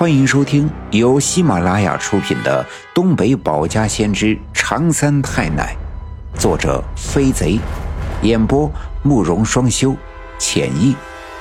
欢迎收听由喜马拉雅出品的《东北保家先知长三太奶》，作者飞贼，演播慕容双修，浅意。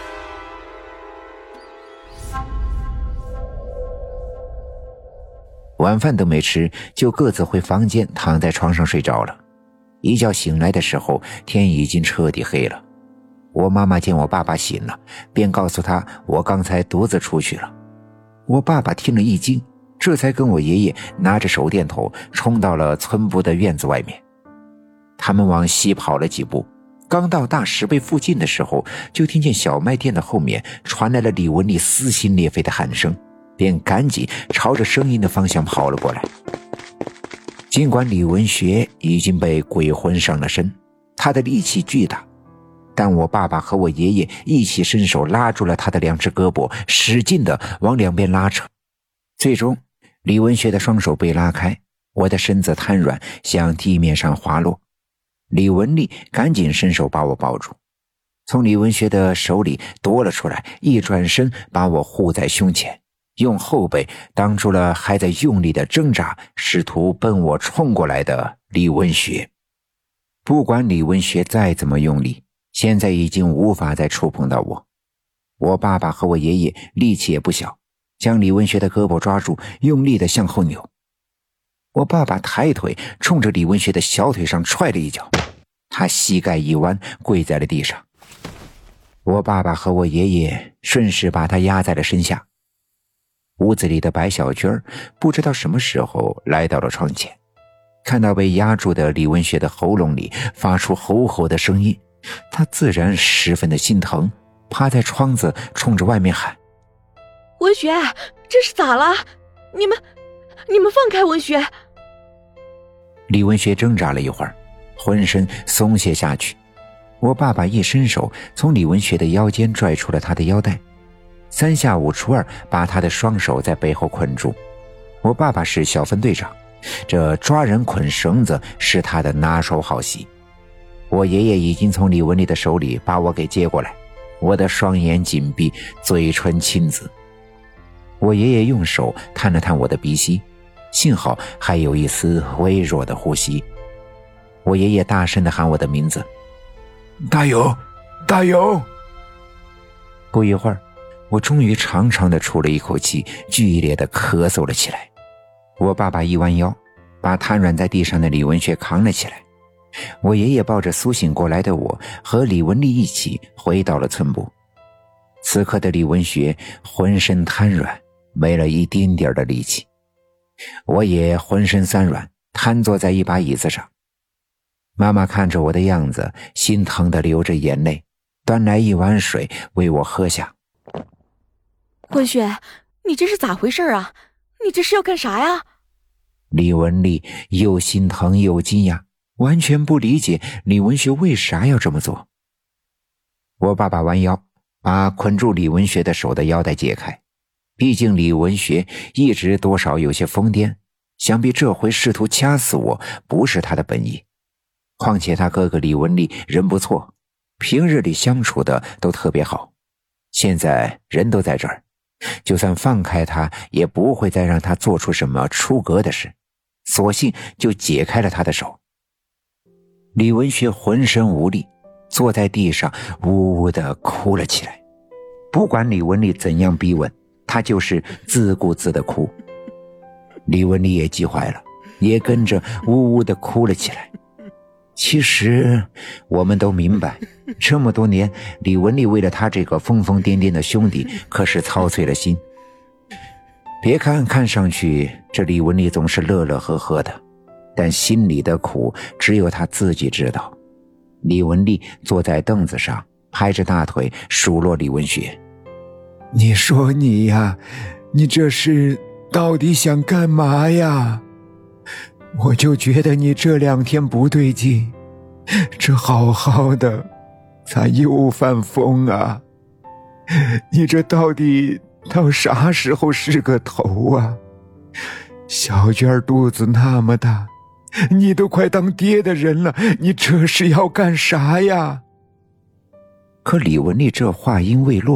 晚饭都没吃，就各自回房间躺在床上睡着了。一觉醒来的时候，天已经彻底黑了。我妈妈见我爸爸醒了，便告诉他我刚才独自出去了。我爸爸听了一惊，这才跟我爷爷拿着手电筒冲到了村部的院子外面。他们往西跑了几步，刚到大石碑附近的时候，就听见小卖店的后面传来了李文丽撕心裂肺的喊声，便赶紧朝着声音的方向跑了过来。尽管李文学已经被鬼魂上了身，他的力气巨大，但我爸爸和我爷爷一起伸手拉住了他的两只胳膊，使劲地往两边拉扯。最终李文学的双手被拉开，我的身子瘫软向地面上滑落。李文丽赶紧伸手把我抱住，从李文学的手里夺了出来，一转身把我护在胸前，用后背挡住了还在用力的挣扎试图奔我冲过来的李文学。不管李文学再怎么用力，现在已经无法再触碰到我。我爸爸和我爷爷力气也不小，将李文学的胳膊抓住，用力地向后扭。我爸爸抬腿冲着李文学的小腿上踹了一脚，他膝盖一弯跪在了地上。我爸爸和我爷爷顺势把他压在了身下。屋子里的白小娟不知道什么时候来到了窗前，看到被压住的李文学的喉咙里发出吼吼的声音，他自然十分的心疼，趴在窗子冲着外面喊： 文学，这是咋了？你们放开文学！ 李文学挣扎了一会儿，浑身松懈下去。我爸爸一伸手从李文学的腰间拽出了他的腰带，三下五除二把他的双手在背后捆住。我爸爸是小分队长，这抓人捆绳子是他的拿手好戏。我爷爷已经从李文丽的手里把我给接过来，我的双眼紧闭，嘴唇青紫。我爷爷用手探了探我的鼻息，幸好还有一丝微弱的呼吸。我爷爷大声地喊我的名字：大勇，大勇！不一会儿，我终于长长地出了一口气，剧烈地咳嗽了起来。我爸爸一弯腰，把瘫软在地上的李文学扛了起来。我爷爷抱着苏醒过来的我和李文丽一起回到了村部。此刻的李文学浑身瘫软，没了一丁点的力气。我也浑身酸软，瘫坐在一把椅子上。妈妈看着我的样子，心疼地流着眼泪，端来一碗水为我喝下。 文学，你这是咋回事啊？你这是要干啥呀？ 李文丽又心疼又惊讶，完全不理解李文学为啥要这么做。我爸爸弯腰把捆住李文学的手的腰带解开，毕竟李文学一直多少有些疯癫，想必这回试图掐死我不是他的本意。况且他哥哥李文丽人不错，平日里相处的都特别好，现在人都在这儿，就算放开他也不会再让他做出什么出格的事，索性就解开了他的手。李文学浑身无力，坐在地上呜呜地哭了起来。不管李文丽怎样逼问，他就是自顾自地哭。李文丽也急坏了，也跟着呜呜地哭了起来。其实我们都明白，这么多年李文丽为了他这个疯疯癫癫的兄弟可是操碎了心。别看上去这李文丽总是乐乐呵呵的，但心里的苦只有他自己知道。李文丽坐在凳子上，拍着大腿数落李文学： 你说你呀，你这是到底想干嘛呀？我就觉得你这2天不对劲，这好好的咋又犯疯啊？你这到底到啥时候是个头啊？小娟肚子那么大，你都快当爹的人了，你这是要干啥呀？ 可李文丽这话音未落，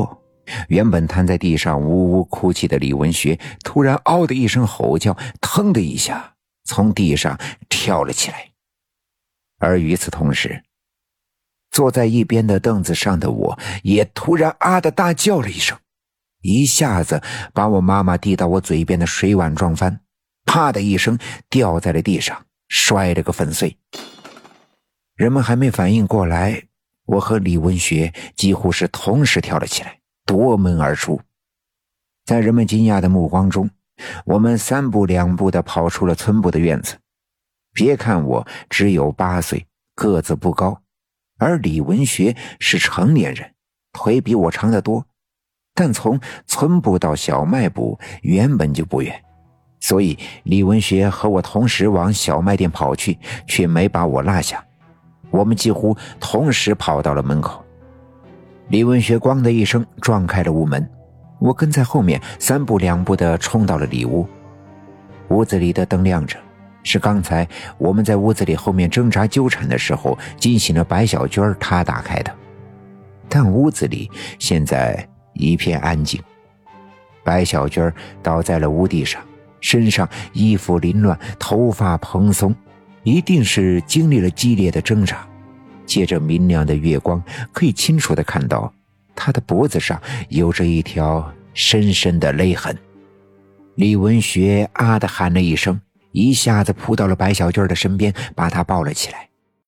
原本瘫在地上呜呜哭泣的李文学突然嗷的一声吼叫，腾的一下从地上跳了起来。而与此同时，坐在一边的凳子上的我也突然啊的大叫了一声，一下子把我妈妈递到我嘴边的水碗撞翻，啪的一声掉在了地上，摔了个粉碎。人们还没反应过来，我和李文学几乎是同时跳了起来，夺门而出。在人们惊讶的目光中，我们3步2步地跑出了村部的院子。别看我只有8岁，个子不高，而李文学是成年人，腿比我长得多，但从村部到小卖部原本就不远，所以李文学和我同时往小卖店跑去，却没把我落下。我们几乎同时跑到了门口。李文学咣的一声撞开了屋门，我跟在后面3步2步地冲到了里屋。屋子里的灯亮着，是刚才我们在屋子里后面挣扎纠缠的时候惊醒了白小娟她打开的。但屋子里现在一片安静，白小娟倒在了屋地上，身上衣服凌乱，头发蓬松，一定是经历了激烈的挣扎。借着明亮的月光，可以清楚地看到她的脖子上有着一条深深的勒痕。李文学啊地喊了一声，一下子扑到了白小娟的身边，把她抱了起来。